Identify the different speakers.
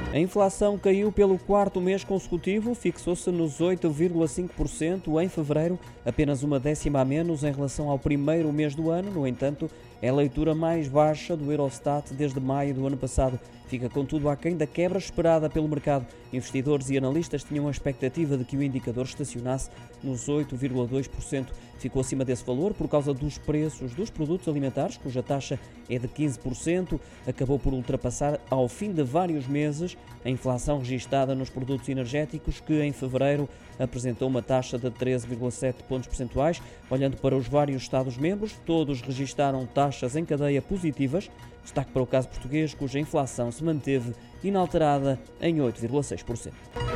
Speaker 1: A inflação caiu pelo quarto mês consecutivo, fixou-se nos 8,5% em fevereiro, apenas uma décima a menos em relação ao primeiro mês do ano. No entanto, é a leitura mais baixa do Eurostat desde maio do ano passado. Fica, contudo, aquém da quebra esperada pelo mercado. Investidores e analistas tinham a expectativa de que o indicador estacionasse nos 8,2%. Ficou acima desse valor por causa dos preços dos produtos alimentares, cuja taxa é de 15%. Acabou por ultrapassar, ao fim de vários meses, a inflação registada nos produtos energéticos, que em fevereiro apresentou uma taxa de 13,7 pontos percentuais. Olhando para os vários Estados-membros, todos registaram taxas em cadeia positivas. Destaque para o caso português, cuja inflação se manteve inalterada em 8,6%.